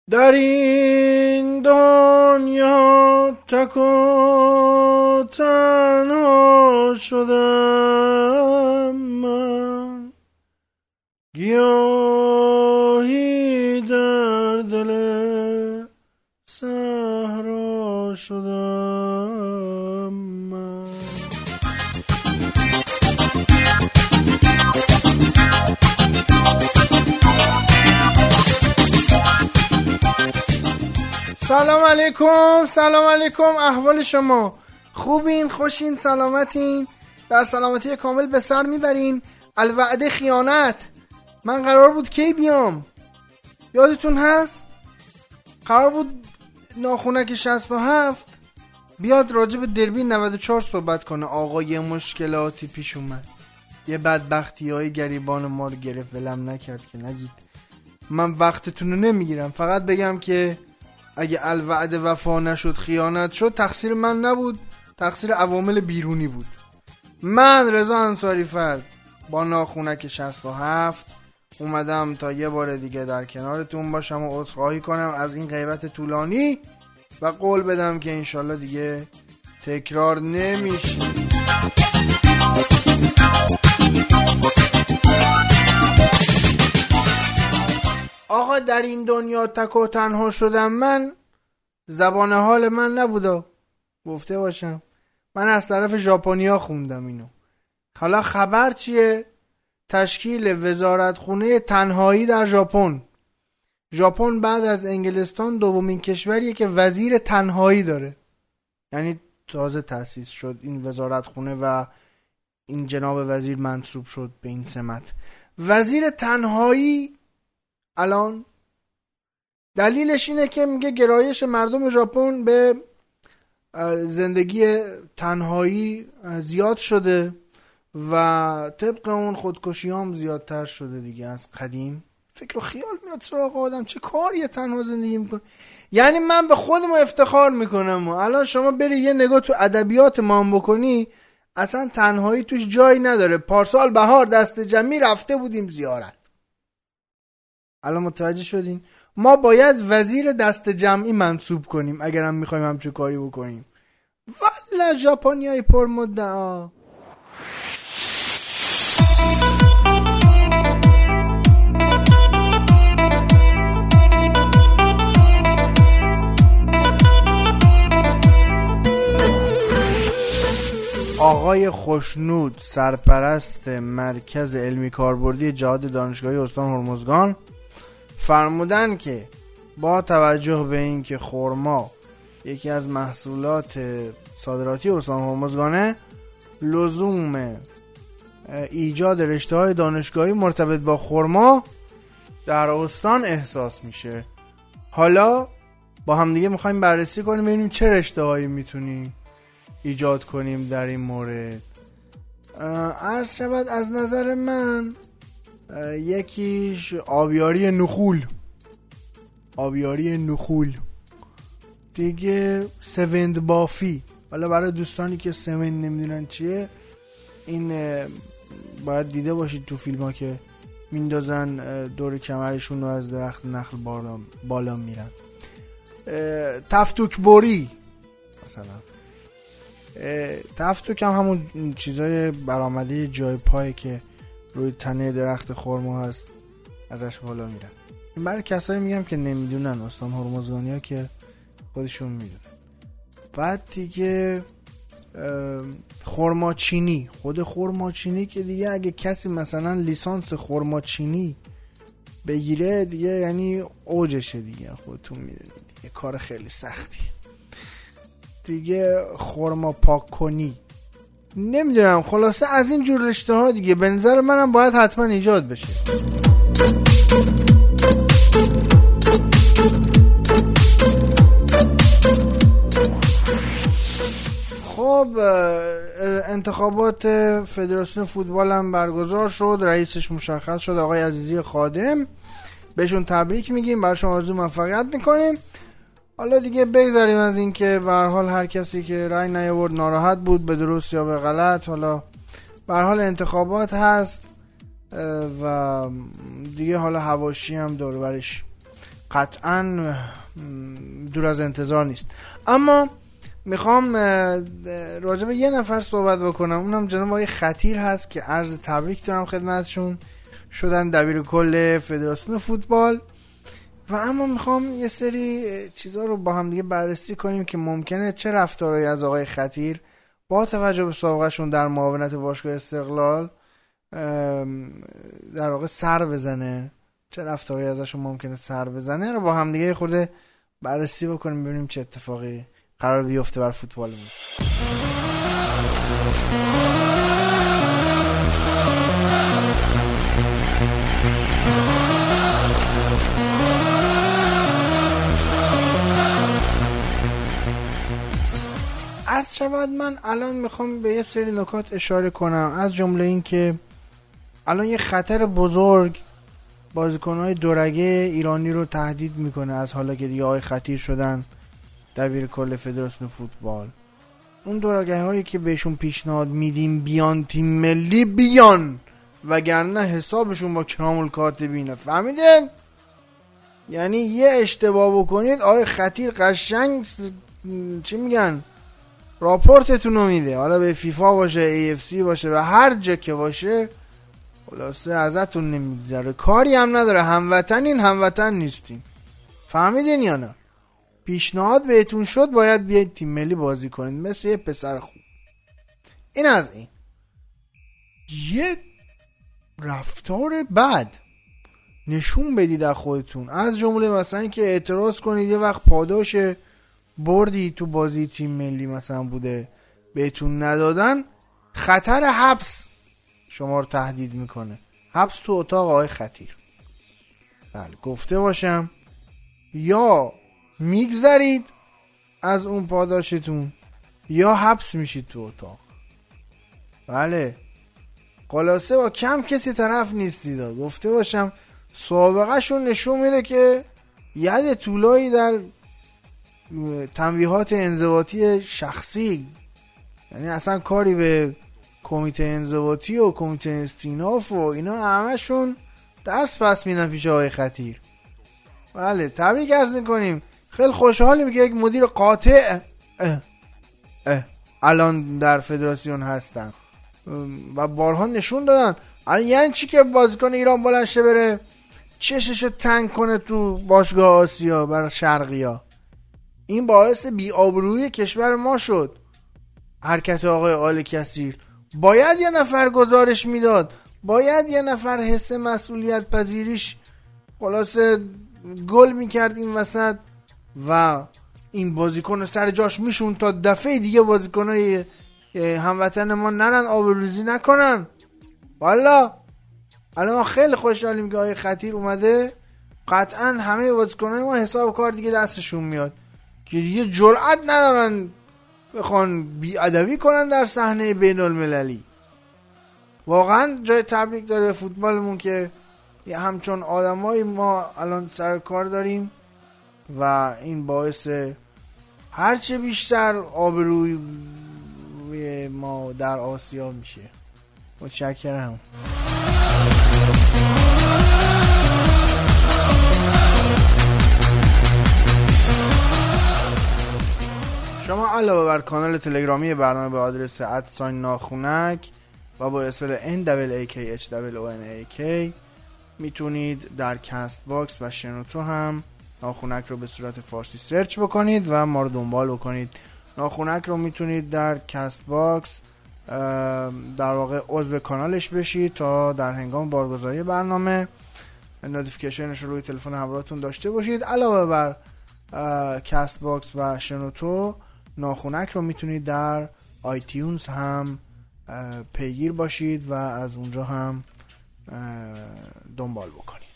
در این دنیا تک و تنها شدم من، گیاهی در دل صحرا شدم من. سلام علیکم، سلام علیکم. احوال شما خوبین؟ خوشین؟ سلامتین؟ در سلامتی کامل به سر میبرین؟ الوعده خیانت. من قرار بود کی بیام؟ یادتون هست؟ قرار بود ناخونک 67 بیاد راجع به دربی 94 صحبت کنه. آقا یه مشکلاتی پیش اومد، یه بدبختی های گریبان ما رو گرفت، ولم نکرد که نگید. من وقتتون رو نمیگیرم، فقط بگم که اگه الوعده وفا نشد، خیانت شد، تقصیر من نبود، تقصیر عوامل بیرونی بود. من رضا انصاری فرد با ناخونک 67 اومدم تا یه بار دیگه در کنارتون باشم و عذرخواهی کنم از این غیبت طولانی و قول بدم که انشالله دیگه تکرار نمیشه. آقا در این دنیا تک و تنها شدم من، زبان حال من نبودا گفته باشم. من از طرف ژاپنیا خوندم اینو. حالا خبر چیه؟ تشکیل وزارتخونه تنهایی در ژاپن. ژاپن بعد از انگلستان دومین کشوریه که وزیر تنهایی داره. یعنی تازه تأسیس شد این وزارتخونه و این جناب وزیر منصوب شد به این سمت. وزیر تنهایی الان دلیلش اینه که میگه گرایش مردم ژاپن به زندگی تنهایی زیاد شده و طبق اون خودکشی هم زیادتر شده دیگه از قدیم. فکر و خیال میاد سراغ آدم چه کاریه تنها زندگی میکنه. یعنی من به خودم افتخار میکنم و الان شما بری یه نگاه تو ادبیات ما هم بکنی، اصلا تنهایی توش جایی نداره. پارسال بهار دست جمعی رفته بودیم زیارت. الان متوجه شدین؟ ما باید وزیر دست جمعی منصوب کنیم اگر هم میخوایم همچون کاری بکنیم. والا ژاپنیای پر مدعا. آقای خوشنود سرپرست مرکز علمی کاربردی جهاد دانشگاهی استان هرمزگان فرمودن که با توجه به اینکه خرما یکی از محصولات صادراتی استان هرمزگانه، لزوم ایجاد رشته‌های دانشگاهی مرتبط با خرما در استان احساس میشه. حالا با هم دیگه میخوایم بررسی کنیم ببینیم چه رشته‌هایی میتونیم ایجاد کنیم در این مورد. عرض شود از نظر من یکیش آبیاری نخول دیگه، سوند بافی. حالا برای دوستانی که سوند نمیدونن چیه، این باید دیده باشید تو فیلم ها که میندازن دور کمرشون رو از درخت نخل بالا میرن. تفتوک بوری مثلا. تفتوک هم همون چیزای برآمده جای پای که روی تنه درخت خرما هست ازش بالا میرن. این برای کسایی میگم که نمیدونن، استان هرمزگانی ها که خودشون میدونن. بعد دیگه خرماچینی. خود خرماچینی که دیگه اگه کسی مثلا لیسانس خرماچینی بگیره دیگه یعنی اوجشه دیگه، خودتون میدونید دیگه کار خیلی سختی. دیگه خرما پاک کنی، نمیدونم، خلاصه از این جور رشته ها دیگه به نظر منم باید حتما ایجاد بشه. خب انتخابات فدراسیون فوتبال هم برگزار شد، رئیسش مشخص شد، آقای عزیزی خادم. بهشون تبریک میگیم، براشون آرزوی موفقیت میکنیم. حالا دیگه بگذاریم از این که به هر حال هر کسی که رأی نیاورد ناراحت بود، به درست یا به غلط. حالا به هر حال انتخابات هست و دیگه حالا حواشی هم دور برش قطعا دور از انتظار نیست. اما میخوام راجع به یه نفر صحبت بکنم، اونم جناب آقای خطیر هست که عرض تبریک دارم خدمتشون، شدن دبیر کل فدراسیون فوتبال. و اما میخوام یه سری چیزا رو با هم دیگه بررسی کنیم که ممکنه چه رفتارهایی از آقای خطیر با توجه به سابقهشون در معاونت باشگاه استقلال در واقع سر بزنه، چه رفتارهایی ازشون ممکنه سر بزنه رو با هم دیگه خورده بررسی بکنیم، ببینیم چه اتفاقی قرار بیفته بر فوتبالمون. عرض شود من الان میخوام به یه سری نکات اشاره کنم، از جمله این که الان یه خطر بزرگ بازیکن‌های دورگه ایرانی رو تهدید میکنه از حالا که دیگه آقای خطیر شدن دبیر کل فدراسیون فوتبال. اون دورگه هایی که بهشون پیشنهاد میدیم بیان تیم ملی بیان، وگرنه حسابشون با کرام الکاتبینه، فهمیدین؟ یعنی یه اشتباه بکنید آقای خطیر قشنگ چی میگن راپورتتون رو میده، حالا به فیفا باشه AFC باشه و هر جا که باشه، خلاصه ازتون نمیگذره، کاری هم نداره، هموطنین هموطن نیستین، فهمیدین یا نه؟ پیشنهاد بهتون شد باید بیاید تیم ملی بازی کنید مثل یه پسر خوب. این از این. یه رفتار بد نشون بدید از خودتون، از جمله مثلا که اعتراض کنید یه وقت پاداش بردی تو بازی تیم ملی مثلا بوده بهتون ندادن، خطر حبس شما رو تهدید میکنه، حبس تو اتاق آقای خطیر. بله گفته باشم یا میگذرید از اون پاداشتون یا حبس میشید تو اتاق. بله خلاصه با کم کسی طرف نیستید. گفته باشم سابقه شون نشون میده که ید طولایی در تنبیهات انضباطی شخصی، یعنی اصلا کاری به کمیته انضباطی و کمیته استیناف و اینا همشون درس پس میدن پیش آقای خطیر. بله تبریک عرض میکنیم، خیلی خوشحالیم که یک مدیر قاطع الان در فدراسیون هستن و بارها نشون دادن. یعنی چی که بازیکن ایران بلند شه بره چششو تنگ کنه تو باشگاه آسیا برای شرقیا؟ این باعث بی‌آبرویی کشور ما شد. حرکت آقای آل کثیر باید یه نفر گزارش میداد، باید یه نفر حس مسئولیت پذیریش خلاصه گل میکرد این وسط و این بازیکن سر جاش میشون تا دفعه دیگه بازیکنای هموطن ما نرن آبروریزی نکنن. والا الان ما خیلی خوشحالیم که آقای خطیر اومده، قطعا همه بازیکنای ما حساب کار دیگه دستشون میاد که دیگه جرئت ندارن بخوان بی‌ادبی کنن در صحنه بین المللی. واقعا جای تبریک داره فوتبالمون که یه همچون آدمای ما الان سر کار داریم و این باعث هرچه بیشتر آبروی ما در آسیا میشه. متشکرم. شما علاوه بر کانال تلگرامی برنامه به آدرس @ناخونک و با اسپل NAAKHOONAK میتونید در کست باکس و شنوتو هم ناخونک رو به صورت فارسی سرچ بکنید و ما رو دنبال بکنید. ناخونک رو میتونید در کست باکس در واقع عضو کانالش بشید تا در هنگام بارگذاری برنامه نوتیفیکیشنش رو روی تلفن همراهتون داشته باشید. علاوه بر کست باکس و شنوتو، ناخونک رو میتونید در آیتیونز هم پیگیر باشید و از اونجا هم دنبال بکنید.